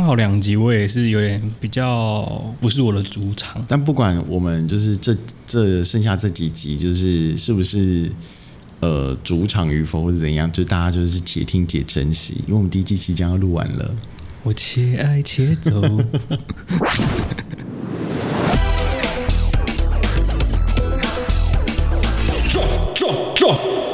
好2集我也是有点比较不是我的主场， 但不管我们就是这剩下这几集是不是主场与否或者怎样，就大家就是且听且珍惜，因为我们第1季即将要录完了。 我且爱且走。撞！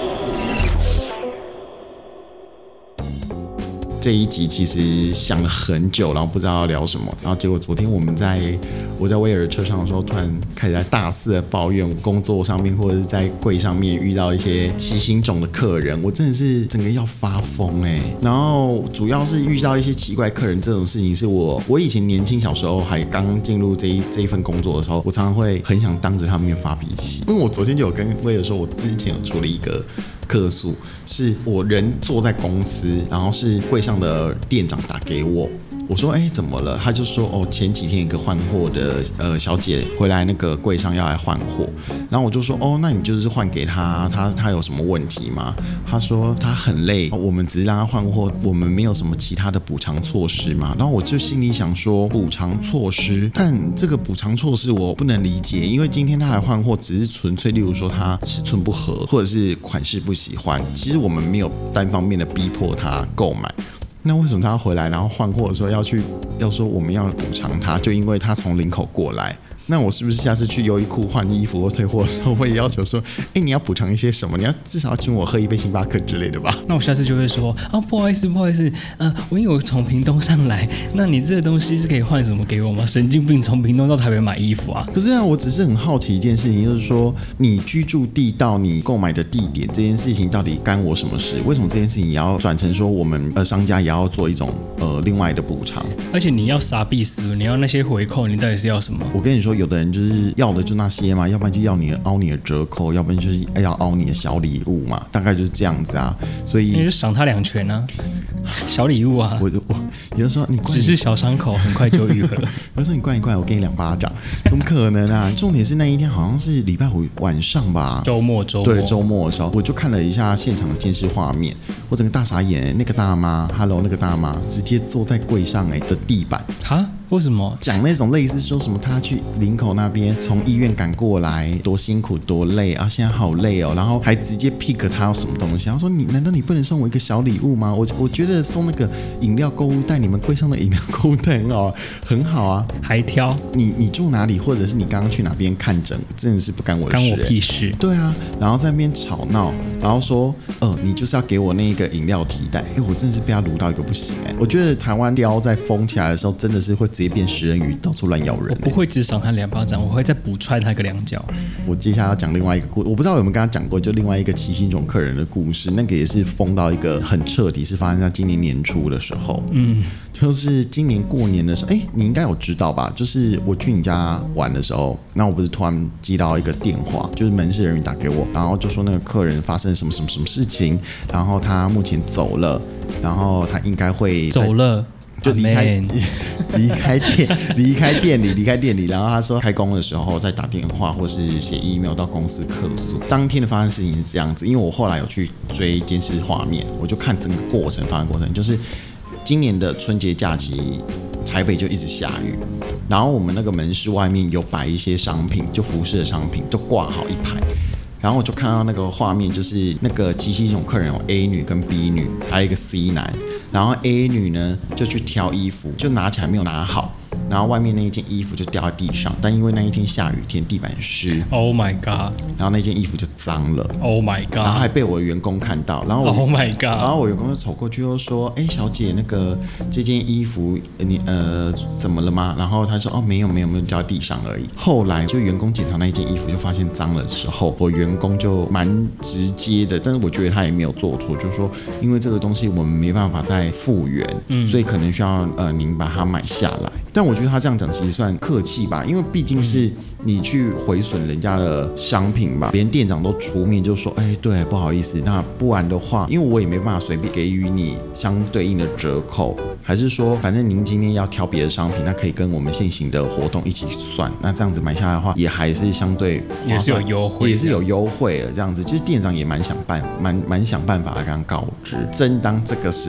这一集其实想了很久，然后不知道要聊什么，然后结果昨天我在威尔车上的时候，突然开始在大肆的抱怨工作上面或者是在柜上面遇到一些奇形种的客人，我真的是整个要发疯然后主要是遇到一些奇怪客人这种事情，是我以前年轻小时候还刚进入这一份工作的时候，我常常会很想当着他们面发脾气，因为我昨天就有跟威尔说，我之前有出了一个客诉，是我人坐在公司，然后是柜上的店长打给我，我说怎么了？他就说前几天一个换货的小姐回来那个柜上要来换货，然后我就说那你就是换给他有什么问题吗？他说他很累，我们只是让他换货，我们没有什么其他的补偿措施嘛。然后我就心里想说补偿措施，但这个补偿措施我不能理解，因为今天他来换货只是纯粹例如说他尺寸不合或者是款式不喜欢，其实我们没有单方面的逼迫他购买。那为什么他要回来，然后换货的时候要说我们要补偿他，就因为他从林口过来？那我是不是下次去优衣库换衣服或退货的时候，我也要求说，你要补偿一些什么？你要至少要请我喝一杯星巴克之类的吧？ 那我下次就会说，不好意思，因为我从屏东上来，那你这个东西是可以换什么给我吗？神经病，从屏东到台北买衣服啊？ 不是啊，我只是很好奇一件事情，就是说你居住地到你购买的地点这件事情到底干我什么事？为什么这件事情也要转成说我们商家也要做一种另外的补偿？ 而且你要傻逼死，你要那些回扣，你到底是要什么？ 我跟你说，有的人就是要的就那些嘛，要不然就要你凹你的折扣，要不然就是要凹你的小礼物嘛，大概就是这样子啊。所以你就赏他2拳啊，小礼物啊。 我有的时候你只是小伤口，很快就愈合。 有的时候你灌一灌，我给你2巴掌，怎么可能啊？重点是那一天好像是礼拜5晚上吧， 周末对，周末的时候，我就看了一下现场的监视画面，我整个大傻眼。那个大妈 ，Hello， 那个大妈直接坐在柜上的地板。 哈？为什么？ 讲那种类似说什么他去林口那边从医院赶过来，多辛苦多累啊，现在好累哦，然后还直接 pick 他有什么东西，他说难道你不能送我一个小礼物吗？我觉得送那个饮料购物袋，你们柜上的饮料购物袋很好啊， 还挑你住哪里，或者是你刚刚去哪边看诊，真的是不干我的事， 干我屁事。 对啊，然后在那边吵闹，然后说你就是要给我那个饮料提袋，我真的是被他撸到一个不行我觉得台湾雕在疯起来的时候，真的是会直接变食人鱼，到处乱咬人。 我不会只赏他2巴掌，我会再补踹他一个2脚。 我接下来要讲另外一个故事，我不知道有没有跟他讲过，就另外一个奇形种客人的故事，那个也是疯到一个很彻底，是发生在今年年初的时候。就是今年过年的时候，你应该有知道吧？就是我去你家玩的时候，那我不是突然接到一个电话，就是门市人员打给我，然后就说那个客人发生什么事情，然后他目前走了，然后他应该会走了。 就离开店里，然后他说开工的时候再打电话或是写 email 到公司客诉。当天的发生事情是这样子，因为我后来有去追监视画面，我就看整个过程发生过程，就是今年的春节假期，台北就一直下雨，然后我们那个门市外面有摆一些商品，就服饰的商品，就挂好一排。然后我就看到那个画面，就是那个奇形种客人有 A 女跟 B 女，还有一个 C 男。然后 A 女呢就去挑衣服，就拿起来没有拿好，然后外面那一件衣服就掉在地上，但因为那一天下雨天，地板湿 ，Oh my god！ 然后那件衣服就脏了 ，Oh my god！ 然后还被我的员工看到，然后 Oh my god！ 然后我员工就走过去又说：“小姐，那个这件衣服你怎么了吗？”然后他说：“没有，掉在地上而已。”后来就员工检查那一件衣服，就发现脏了的时候，我员工就蛮直接的，但是我觉得他也没有做错，就是说因为这个东西我们没办法再复原，所以可能需要您把它买下来。但我觉得他这样讲其实算客气吧，因为毕竟是你去毁损人家的商品吧，连店长都出面就说，对，不好意思，那不然的话，因为我也没办法随便给予你相对应的折扣，还是说反正您今天要挑别的商品，那可以跟我们现行的活动一起算，那这样子买下来的话，也还是相对也是有优惠， 也是有优惠了，这样子就是店长也蛮想办法来跟他告知。正当这个时候，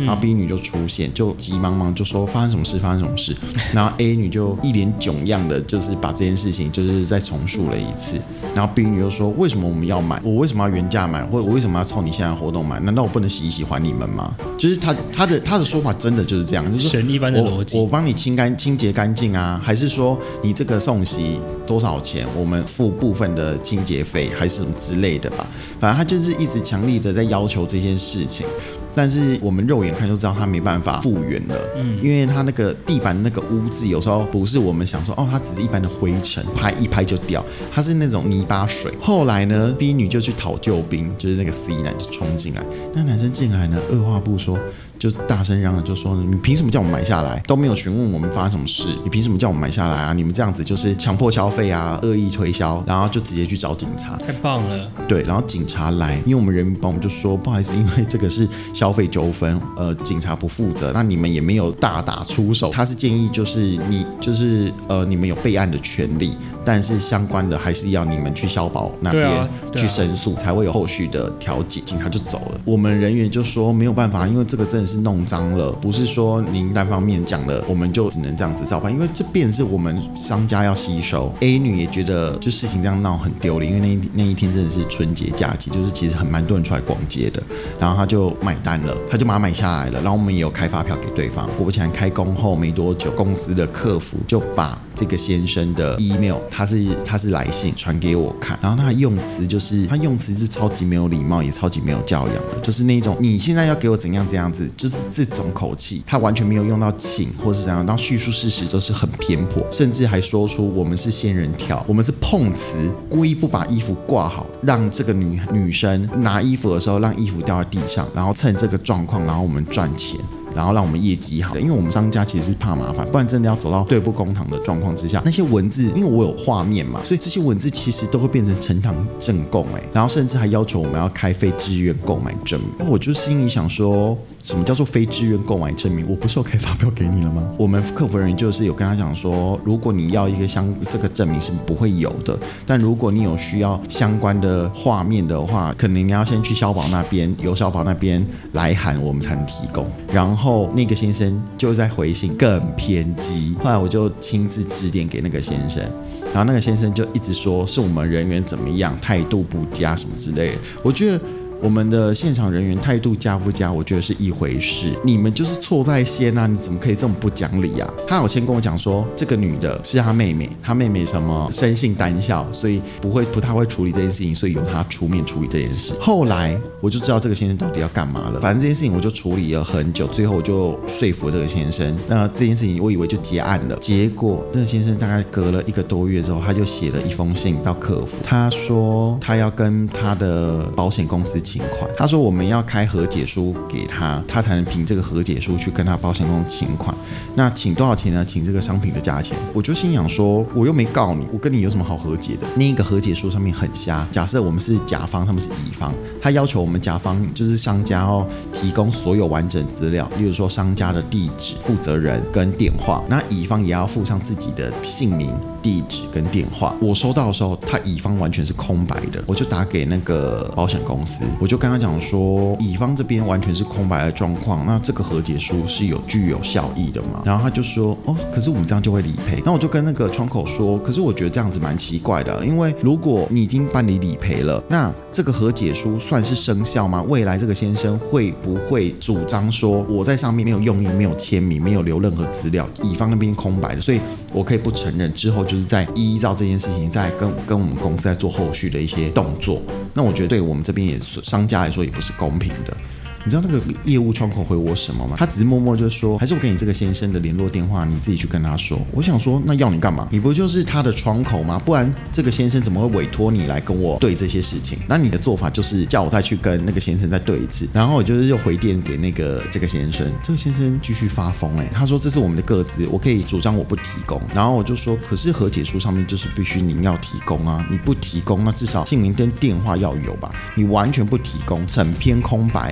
然后 B 女就出现，就急忙忙就说发生什么事，然后 A 女就一脸囧样的，就是把这件事情就是再重述了一次，然后 B 女就说为什么我们要买，我为什么要原价买，或我为什么要凑你现在活动买，难道我不能洗一洗还你们吗？就是他的说法真的就是这样，就是神一般的逻辑， 我帮你清洁干净啊，还是说你这个送洗多少钱，我们付部分的清洁费，还是什么之类的吧。反正他就是一直强力的在要求这件事情。但是我们肉眼看就知道他没办法复原了，因为他那个地板那个污渍有时候不是我们想说它只是一般的灰尘，拍一拍就掉，它是那种泥巴水。后来呢 ，B 女就去讨救兵，就是那个 C 男就冲进来，那男生进来呢，二话不说就大声嚷嚷，就说你凭什么叫我们买下来？都没有询问我们发生什么事，你凭什么叫我们买下来啊？你们这样子就是强迫消费啊，恶意推销，然后就直接去找警察。 太棒了， 对，然后警察来，因为我们人民帮我们就说不好意思，因为这个是消费纠纷，警察不负责，那你们也没有大打出手。他是建议就是你们有备案的权利，但是相关的还是要你们去消保那边去申诉，才会有后续的调解。警察就走了，我们人员就说没有办法，因为这个真的是弄脏了，不是说您单方面讲了，我们就只能这样子照办，因为这变是我们商家要吸收。A 女也觉得就事情这样闹很丢脸，因为那一天真的是春节假期，就是其实蛮多人出来逛街的，然后他就买单了，他就把它买下来了，然后我们也有开发票给对方。果不其然，开工后没多久，公司的客服就把这个先生的 email， 他是来信传给我看，然后他用词是超级没有礼貌，也超级没有教养的，就是那种你现在要给我怎样这样子，就是这种口气，他完全没有用到请或是怎样，然后叙述事实都是很偏颇，甚至还说出我们是仙人跳，我们是碰瓷，故意不把衣服挂好，让这个女生拿衣服的时候让衣服掉在地上，然后趁这个状况，然后我们赚钱，然后让我们业绩好，因为我们商家其实是怕麻烦，不然真的要走到对簿公堂的状况之下，那些文字，因为我有画面嘛，所以这些文字其实都会变成呈堂证供，然后甚至还要求我们要开非自愿购买证明。我就心里想说，什么叫做非自愿购买证明？我不是有开发票给你了吗？我们客服人员就是有跟他讲说，如果你要一个这个证明是不会有的，但如果你有需要相关的画面的话，可能你要先去消保那边，由消保那边来函，我们才能提供。然后那个先生就在回信更偏激，后来我就亲自致电给那个先生，然后那个先生就一直说是我们人员怎么样，态度不佳什么之类的。我觉得我们的现场人员态度佳不佳，我觉得是一回事，你们就是错在先啊，你怎么可以这么不讲理啊？他有先跟我讲说，这个女的是他妹妹，他妹妹什么生性胆小，所以不太会处理这件事情，所以由他出面处理这件事。后来我就知道这个先生到底要干嘛了，反正这件事情我就处理了很久，最后我就说服这个先生，那这件事情我以为就结案了，结果这个先生大概隔了1个多月之后，他就写了一封信到客服，他说他要跟他的保险公司请款，他说我们要开和解书给他，他才能凭这个和解书去跟他保险公司请款。那请多少钱呢？请这个商品的价钱。我就心想说，我又没告你，我跟你有什么好和解的？那个和解书上面很瞎，假设我们是甲方，他们是乙方，他要求我们甲方就是商家提供所有完整资料，例如说商家的地址、负责人跟电话，那乙方也要附上自己的姓名、地址跟电话。我收到的时候，他乙方完全是空白的，我就打给那个保险公司，我就跟他讲说，乙方这边完全是空白的状况，那这个和解书是具有效益的嘛？然后他就说，可是我们这样就会理赔。那我就跟那个窗口说，可是我觉得这样子蛮奇怪的，因为如果你已经办理理赔了，那这个和解书算是生效吗？未来这个先生会不会主张说，我在上面没有用印、没有签名、没有留任何资料，乙方那边空白的，所以我可以不承认，之后就是在依照这件事情再跟我们公司在做后续的一些动作。那我觉得对我们这边也商家来说也不是公平的。你知道那个业务窗口回我什么吗？他只是默默就说，还是我给你这个先生的联络电话，你自己去跟他说。我想说，那要你干嘛？你不就是他的窗口吗？不然这个先生怎么会委托你来跟我对这些事情？那你的做法就是叫我再去跟那个先生再对一次。然后我就是又回电给这个先生，这个先生继续发疯他说这是我们的个资，我可以主张我不提供。然后我就说，可是和解书上面就是必须您要提供啊，你不提供，那至少姓名跟电话要有吧？你完全不提供，整篇空白，那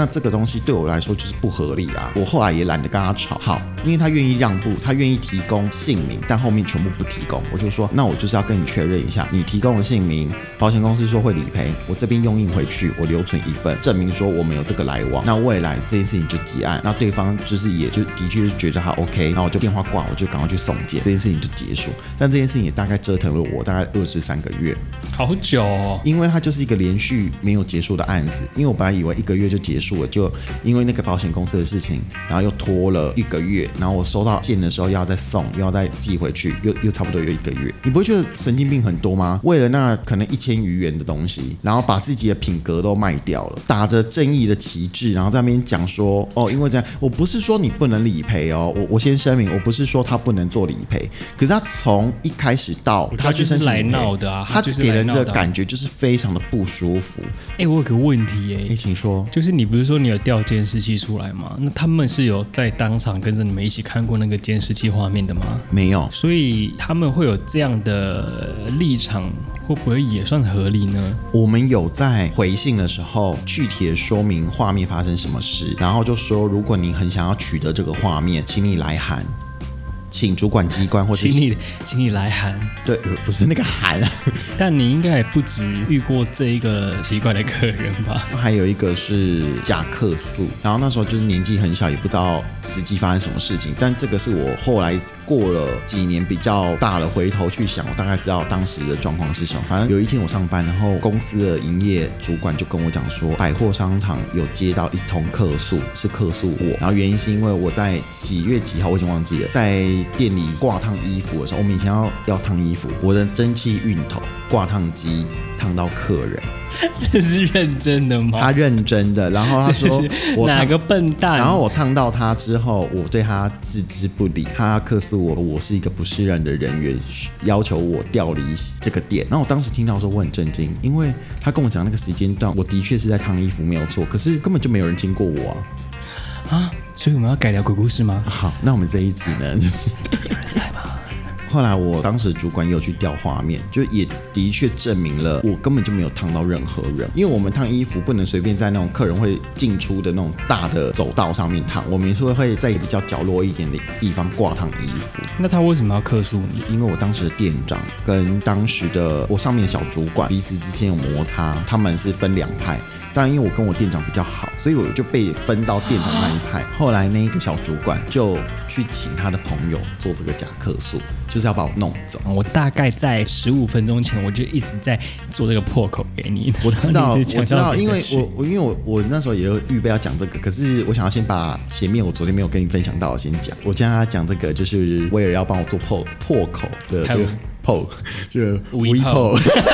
这个东西对我来说就是不合理啊。我后来也懒得跟他吵，好，因为他愿意让步，他愿意提供姓名，但后面全部不提供，我就说那我就是要跟你确认一下，你提供的姓名，保险公司说会理赔，我这边用印回去，我留存一份证明说我们有这个来往，那未来这件事情就结案，那对方就是也就的确是觉得他 OK， 那我就电话挂，我就赶快去送检，这件事情就结束。但这件事情也大概折腾了我大概23个月， 好久哦。 因为它就是一个连续没有结束的案子。因为我本来以为1个月就结束了，就因为那个保险公司的事情，然后又拖了1个月，然后我收到件的时候要再送，又要再寄回去，又差不多有1个月。你不会觉得神经病很多吗？为了那可能1000余元的东西，然后把自己的品格都卖掉了，打着正义的旗帜，然后在那边讲说哦，因为这样，我不是说你不能理赔哦，我先声明，我不是说他不能做理赔，可是他从一开始到他去申请来闹的啊， 他给人的感觉就是非常的不舒服。 我有个问题请说。 就是你不是说你有调监视器出来吗？那他们是有在当场跟着你们一起看过那个监视器画面的吗？ 没有。 所以他们会有这样的立场，会不会也算合理呢？ 我们有在回信的时候具体的说明画面发生什么事，然后就说如果你很想要取得这个画面，请你来函，请主管机关或者请你来函。 对，不是那个函。 但你应该也不止遇过这一个奇怪的客人吧？ 还有一个是假客诉，然后那时候就是年纪很小，也不知道实际发生什么事情。但这个是我后来过了几年比较大了，回头去想，我大概知道当时的状况是什么。反正有一天我上班，然后公司的营业主管就跟我讲说，百货商场有接到1通客诉，是客诉我，然后原因是因为我在几月几号我已经忘记了，在店里挂烫衣服的时候，我们以前要烫衣服，我的蒸汽熨头挂烫机烫到客人。 这是认真的吗？ 他认真的，然后他说我哪个笨蛋？ 然后我烫到他之后，我对他置之不理，他客诉我是一个不适任的人员，要求我调离这个店。然后我当时听到的时候我很震惊，因为他跟我讲那个时间段，我的确是在烫衣服没有错，可是根本就没有人经过我啊！所以我们要改聊鬼故事吗？ 好，那我们这一集呢，就是有人在吗？ 后来我当时主管也有去调画面，就也的确证明了我根本就没有烫到任何人，因为我们烫衣服不能随便在那种客人会进出的那种大的走道上面烫，我们是会在比较角落一点的地方挂烫衣服。 那他为什么要客诉你？ 因为我当时的店长跟当时的我上面的小主管彼此之间有摩擦，他们是分2派。当然因为我跟我店长比较好，所以我就被分到店长那一派。后来那一个小主管就去请他的朋友做这个假客诉，就是要把我弄走。 我大概在15分钟前我就一直在做这个破口给你。 我知道，因为我那时候也有预备要讲这个，可是我想要先把前面我昨天没有跟你分享到的先讲。我今天要讲这个就是威尔要帮我做破口的这个破，就是无一破。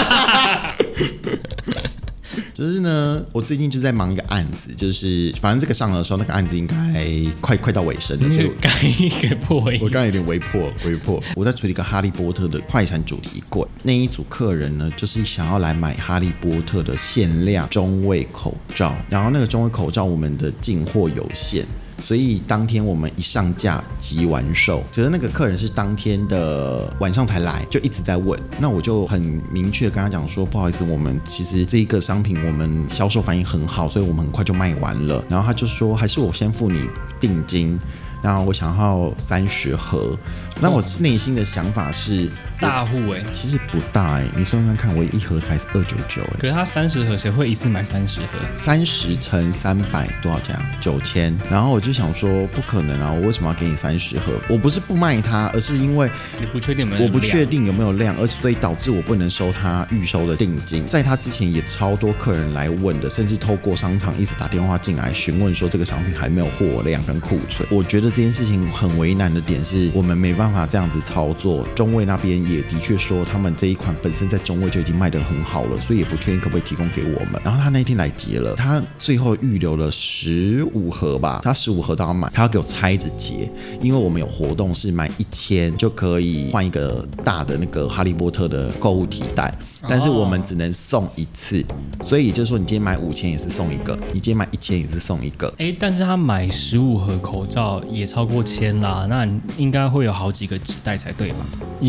就是呢，我最近就在忙一个案子，就是反正这个上的时候，那个案子应该快到尾声了，所以刚给破音， 我刚刚有点微破。我在处理一个哈利波特的快闪主题柜，那一组客人呢，就是想要来买哈利波特的限量中卫口罩，然后那个中卫口罩我们的进货有限。所以当天我们一上架即完售，只是那个客人是当天的晚上才来，就一直在问。那我就很明确的跟他讲说，不好意思，我们其实这一个商品我们销售反应很好，所以我们很快就卖完了。然后他就说，还是我先付你定金，然后我想要30盒。那我内心的想法是， 大户其实不大你算算看，我一盒才299 可是他30盒，谁会一次买30盒 ？30乘300多少钱？9000。然后我就想说，不可能啊！我为什么要给你30盒？我不是不卖它，而是因为你不确定有没有量， 我不确定有没有量，而所以导致我不能收他预收的定金。在他之前也超多客人来问的，甚至透过商场一直打电话进来询问说这个商品还没有货量跟库存。我觉得这件事情很为难的点是，我们没办法这样子操作。中卫那边也的确说，他们这一款本身在中卫就已经卖得很好了，所以也不确定可不可以提供给我们。然后他那天来结了，他最后预留了15盒吧，他15盒都要买，他要给我拆着结，因为我们有活动是买1000就可以换一个大的那个哈利波特的购物提袋，但是我们只能送1次，所以也就是说你今天买5000也是送一个，你今天买1000也是送一个。 但是他买15盒口罩也超过1000啦，那应该会有好几个纸袋才对吧？你要装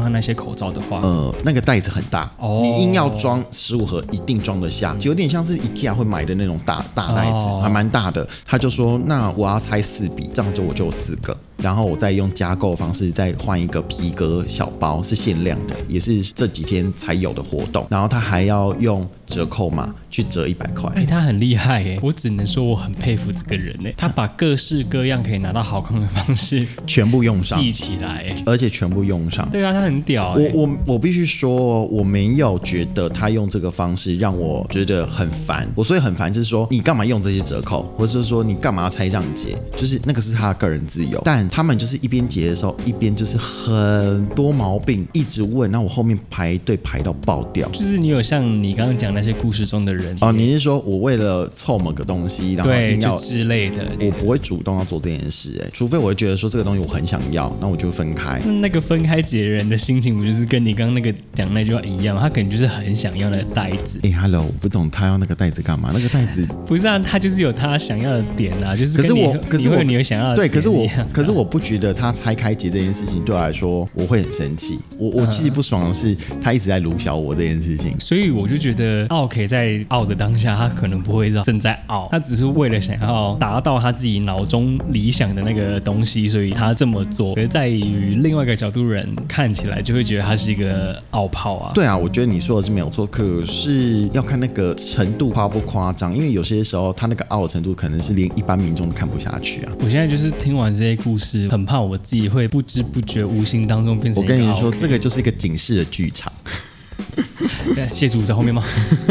他那些口罩的话， 那个袋子很大， 哦你硬要装15盒一定装得下，就有点像是 IKEA 会买的那种大袋子，还蛮大的。他就说，那我要拆4笔，这样我就有4个。然后我再用加购方式再换一个皮革小包，是限量的，也是这几天才有的活动。然后他还要用折扣码去折100块。 他很厉害耶，我只能说我很佩服这个人耶，他把各式各样可以拿到好康的方式全部用上， 记起来， 而且全部用上。 对啊，他很屌。 我必须说，我没有觉得他用这个方式让我觉得很烦。我所以很烦就是说，你干嘛用这些折扣，或者是说你干嘛要拆这样结，就是那个是他的个人自由。但他们就是一边结的时候，一边就是很多毛病一直问，那我后面排队排到爆掉。 就是你有像你刚刚讲那些故事中的人哦，你是说我为了凑某个东西，然后硬要之类的， 我不会主动要做这件事，除非我会觉得说这个东西我很想要，那我就分开。 那个分开结人的心情，不就是跟你刚刚那个讲那句话一样？他可能就是很想要那个袋子。 Hello， 我不懂他要那个袋子干嘛？那个袋子不是啊，他就是有他想要的点啊，就是可是我你有想要的对， 可是我不觉得他拆开结这件事情对我来说我会很生气。我其实不爽的是他一直在鲁小我这件事情， 所以我就觉得奥 K 在傲的当下，他可能不会知道正在傲，他只是为了想要达到他自己脑中理想的那个东西，所以他这么做。而在于另外一个角度人看起来，就会觉得他是一个傲炮啊。 对啊，我觉得你说的是没有错，可是要看那个程度夸不夸张，因为有些时候他那个傲的程度可能是连一般民众都看不下去啊。 我现在就是听完这些故事，很怕我自己会不知不觉、无形当中变成一个傲。 我跟你说，这个就是一个警示的剧场。 谢主在后面吗？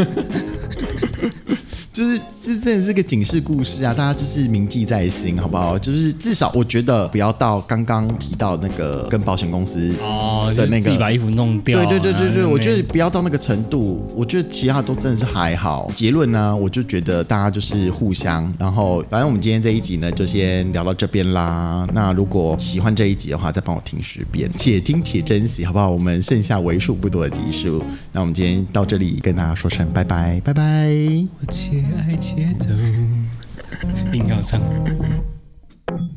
就是这真的是个警示故事啊，大家就是铭记在心，好不好？就是至少我觉得不要到刚刚提到那个跟保险公司的那个、 自己把衣服弄掉、啊。 对，我觉得不要到那个程度。我觉得其他都真的是还好。结论呢，我就觉得大家就是互相，然后反正我们今天这一集呢就先聊到这边啦。那如果喜欢这一集的话，再帮我听10遍，且听且珍惜，好不好？我们剩下为数不多的集数，那我们今天到这里跟大家说声拜拜，拜拜。 我且爱且走，硬要唱。